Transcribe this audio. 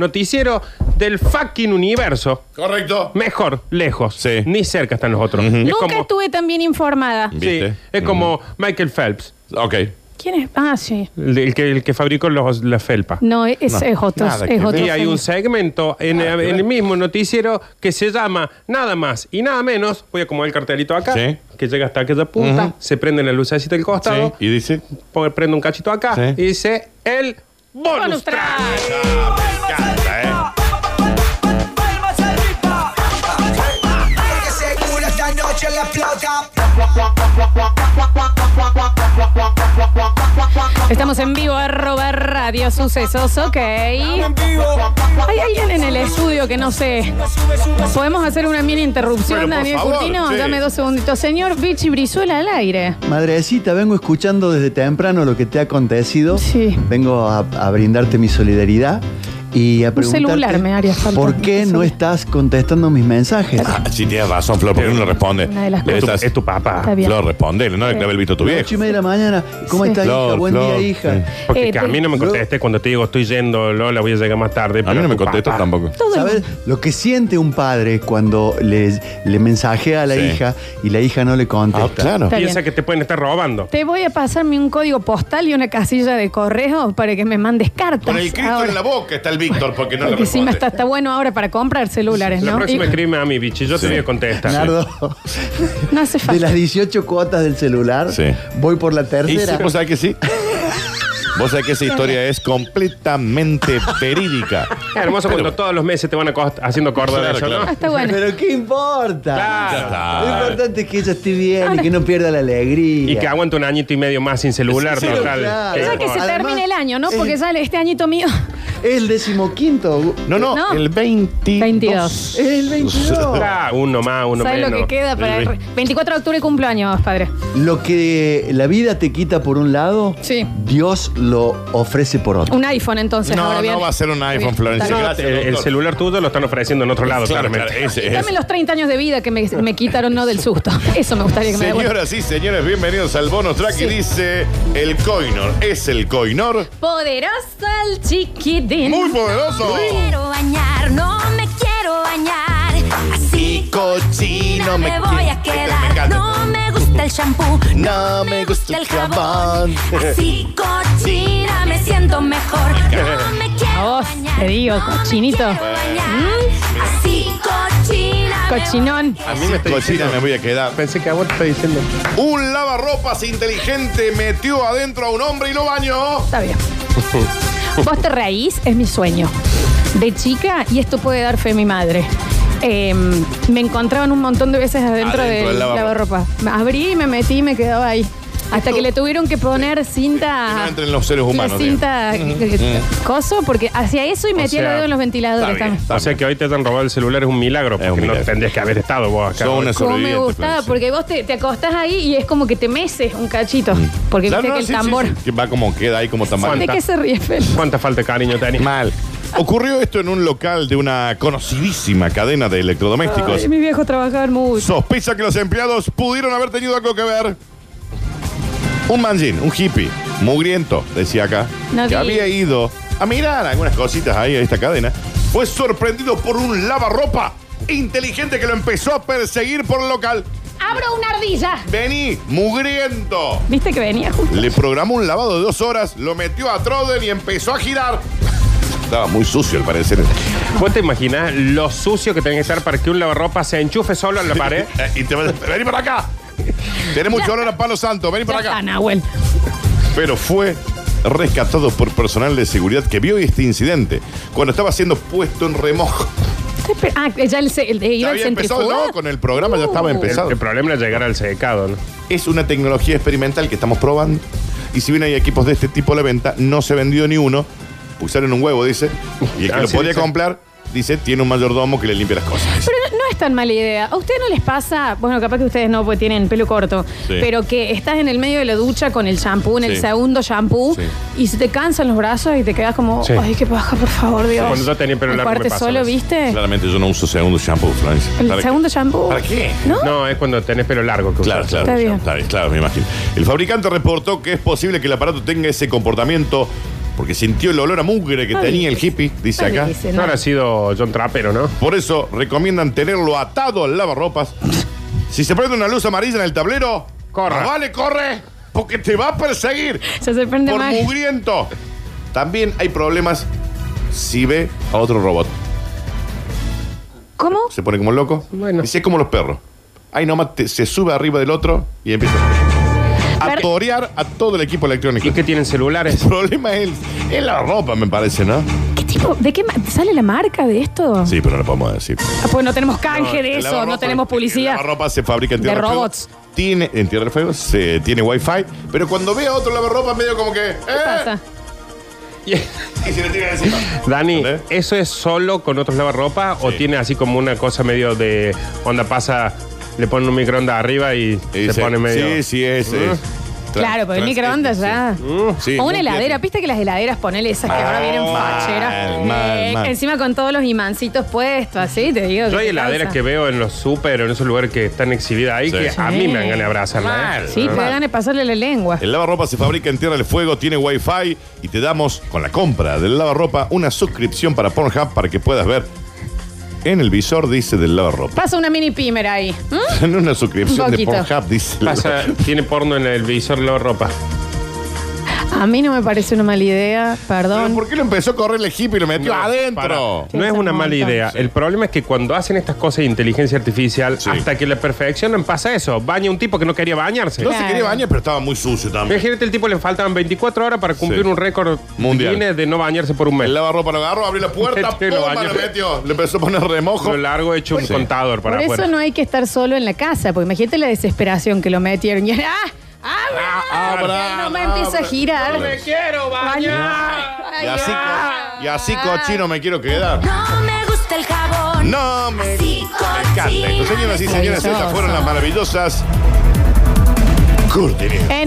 noticiero del fucking universo. Correcto. Mejor, lejos. Sí. Ni cerca están los otros. Nunca estuve tan bien informada. Sí, es como Michael Phelps. Ok. ¿Quién es? Ah, sí. El que fabricó la felpa. No, es otro. nada que Es otro Y hay un señor. segmento en el mismo noticiero que se llama nada más y nada menos. Voy a acomodar el cartelito acá, Sí. que llega hasta aquella punta, se prende la lucecita del costado, Sí. Y dice. prende un cachito acá Sí. y dice el bonus Bonus track. track. Me encanta, Porque seguro esta noche la explota. Estamos en vivo, @Radio Sucesos, ok. Hay alguien en el estudio que no sé. ¿Podemos hacer una mini interrupción, Bueno, por Daniel favor, Curtino? sí. Dame 2 segunditos. Señor Vichy Brizuela al aire. Madrecita, vengo escuchando desde temprano lo que te ha acontecido. Sí. Vengo a brindarte mi solidaridad y a Un preguntarte celular me haría falta. ¿por qué no estás contestando mis mensajes? Ah, sí, tienes razón, Flor, ¿por qué no le responde? Una de las Le cosas. estás- Es tu papá. Está bien. Flor, responde, no le clave el visto a tu viejo. 8:30 de la mañana. ¿Cómo Sí. estás, hija? Flor, Buen Flor, día, hija. sí. Porque que a te- mí no me conteste cuando te digo estoy yendo, Lola, voy a llegar más tarde. A mí pero no me tu contestas papá. tampoco. Todo el ¿Sabes mundo. lo que siente un padre cuando le mensajea a la Sí. hija y la hija no le contesta? Ah, claro. Está Piensa bien. que te pueden estar robando. Te voy a pasarme un código postal y una casilla de correo para que me mandes cartas. Con el Cristo ahora. en la boca está el Víctor, porque no le Porque sí me responde. está bueno ahora para comprar celulares, La ¿no? próxima Y- escribe a mi bichi, yo te voy a contestar. Nardo, no hace de falta. las 18 cuotas del celular, Sí. voy por la ¿Y tercera. sí, vos sabés que sí? Vos sabés que esa historia es completamente verídica. Es hermoso Pero- cuando todos los meses te van haciendo acordar de Claro, eso, claro. ¿no? Ah, está bueno. Pero ¿qué importa? Claro. Ya está. Lo importante es que ella esté bien Ahora- y que no pierda la alegría. Y que aguante un añito y medio más sin celular, Sí, sí, total. claro. ¿Qué Ya que se importa? Además, termine el año, ¿no? Porque ya este añito mío. Es el 15º. No, No. el 22. Es el 22. Claro, uno más, uno ¿Sabes menos. lo que queda para Sí. 24 de octubre cumpleaños, padre? Lo que la vida te quita por un lado, Sí. Dios lo ofrece por otro. Un iPhone, entonces. No, ahora bien. no va a ser un iPhone, Bien, Florencia. está bien. Gracias, El doctor. celular tuyo lo están ofreciendo en otro lado, Claro, claramente. claro, ese es. Dame los 30 años de vida que me quitaron, no del susto. Eso me gustaría que me devuelvan. Señoras y señores, bienvenidos al bonus track Sí. y dice el Coinor. ¿Es el Coinor? Poderoso el chiquitín. Muy poderoso. Quiero bañar, no me quiero bañar. Así cochino me voy a Me quedar. encanta. No me gusta el shampoo, No me gusta el jabón. Así cochina me siento mejor. No me A quiero vos, bañar. te digo, no me cochinito. quiero bañar. Así cochina. Cochinón. A mí me está Cochina diciendo. me voy a quedar. Pensé que a vos te está diciendo. Un lavarropas inteligente metió adentro a un hombre y lo bañó. Está bien. Vos te reís, es mi sueño. De chica, y esto puede dar fe a mi madre. Me encontraban un montón de veces adentro Adentro del del lavarropa. Abrí, me metí y me quedaba ahí. Hasta que le tuvieron que poner cinta. Que no entren los seres humanos, La cinta coso, porque hacía eso y metía sea, los dedos en los ventiladores está bien. también. O sea que hoy te hayan robado el celular es un milagro, porque Es un no milagro. tendrías que haber estado vos acá. Son una Como me sobreviviente, gustaba, Florencia. porque vos te acostás ahí y es como que te meces un cachito. Porque Claro, viste no, que el sí, tambor. sí, sí, que va como queda ahí como tamal. ¿De qué se ríe, Fel? ¿Cuánta falta de cariño tenés? Mal. Ocurrió esto en un local de una conocidísima cadena de electrodomésticos. Ay, mi viejo trabajaba mucho. Sospecha que los empleados pudieron haber tenido algo que ver. Un manjín, un hippie, mugriento, decía acá, No que digas. había ido a mirar algunas cositas ahí a esta cadena, fue sorprendido por un lavarropa inteligente que lo empezó a perseguir por el local. ¡Abro una ardilla! Vení, mugriento. ¿Viste que venía justo? Le programó un lavado de 2 horas, lo metió a Troden y empezó a girar. Estaba muy sucio al parecer. ¿Vos te imaginás lo sucio que tenés que estar para que un lavarropa se enchufe solo en la pared? Y te vas a... Vení para acá. Tenés mucho olor a palo santo, vení para Ya está, acá. Nahuel. Pero fue rescatado por personal de seguridad que vio este incidente cuando estaba siendo puesto en remojo. Ya el de ir Ya al había empezado, centrifugador. no, con el programa ya estaba empezado. El problema es llegar al secado, ¿no? Es una tecnología experimental que estamos probando. Y si bien hay equipos de este tipo a la venta, no se vendió ni uno. Pusieron un huevo, dice. Y el que lo sí, podía dice. comprar, dice, tiene un mayordomo que le limpia las cosas. Pero no es tan mala idea. ¿A ustedes no les pasa? Bueno, capaz que ustedes no, porque tienen pelo corto. Sí. Pero que estás en el medio de la ducha con el shampoo, en el Sí. segundo shampoo, Sí. y se te cansan los brazos y te quedas como, Sí. ay, qué paja, por favor, Dios. Cuando yo tenía pelo El largo me cuarte pasaba solo, eso. ¿viste? Claramente yo no uso segundo shampoo, Florencia. El ¿Para segundo shampoo. ¿Para qué? ¿No? No, es cuando tenés pelo largo que Claro, usás. claro. Está bien. Está bien, claro, me imagino. El fabricante reportó que es posible que el aparato tenga ese comportamiento porque sintió el olor a mugre que tenía el hippie, dice acá. Dice, No no. habrá sido John Trapero, ¿no? Por eso recomiendan tenerlo atado al lavarropas. Si se prende una luz amarilla en el tablero, Corra. más vale, corre, porque te va a perseguir. Ya se prende Por mal. mugriento. También hay problemas si ve a otro robot. ¿Cómo? Se pone como loco. Bueno. Dice, es como los perros. Ahí nomás se sube arriba del otro y empieza a torear a todo el equipo electrónico. ¿Y qué tienen celulares? El problema es la ropa, me parece, ¿no? ¿Qué tipo? ¿De qué sale la marca de esto? Sí, pero no lo podemos decir. Ah, pues no tenemos canje de El eso, lavarropa- no tenemos publicidad. La ropa se fabrica en De Tierra del Fuego. robots. En Tierra del Fuego tiene wifi, pero cuando ve a otro lavarropa medio como que... ¿Qué pasa? Y se le tira encima. Dani, ¿Entendés? ¿eso es solo con otros lavarropa o Sí. tiene así como una cosa medio de onda pasa, le ponen un microondas arriba y se pone medio... Sí, es. Claro, porque el microondas ya. Sí, O no una heladera, tiene- viste que las heladeras, ponele esas que ahora vienen facheras. mal. Encima con todos los imancitos puestos, así te digo. Yo hay ¿qué heladeras pasa? que veo en los súper o en esos lugares que están exhibidas ahí Sí. que a mí me dan ganas de abrazarla. Mal. Sí, te dan de pasarle la lengua. El lavarropa se fabrica en Tierra del Fuego, tiene wifi y te damos, con la compra del lavarropa, una suscripción para Pornhub para que puedas ver en el visor, dice, del lavarropa. Pasa una mini pimer ahí. ¿Mm? En una suscripción Un de poquito. Pornhub, dice. Pasa, tiene porno en el visor de lavarropa. A mí no me parece una mala idea, ¿Pero perdón. por qué lo empezó a correr el hippie y lo metió adentro? No es una mala idea. Sí. El problema es que cuando hacen estas cosas de inteligencia artificial, Sí. hasta que la perfeccionan, pasa eso. Baña un tipo que no quería bañarse. No Claro. se quería bañar, pero estaba muy sucio también. Imagínate, el tipo le faltaban 24 horas para cumplir Sí. un récord Mundial. Guinness de no bañarse por un mes. El lavarropa lo agarró, abrió la puerta, Sí, lo ¡pum! bañó. Lo metió. Le empezó a poner remojo. Lo largo hecho un Sí. contador para Por eso afuera. no hay que estar solo en la casa, porque imagínate la desesperación que lo metieron. Y no me empieza a girar. No me quiero bañar. Y así cochino me quiero quedar. No me gusta el jabón. No me Así encanta. Señoras y señores, estas fueron las maravillosas cortinas.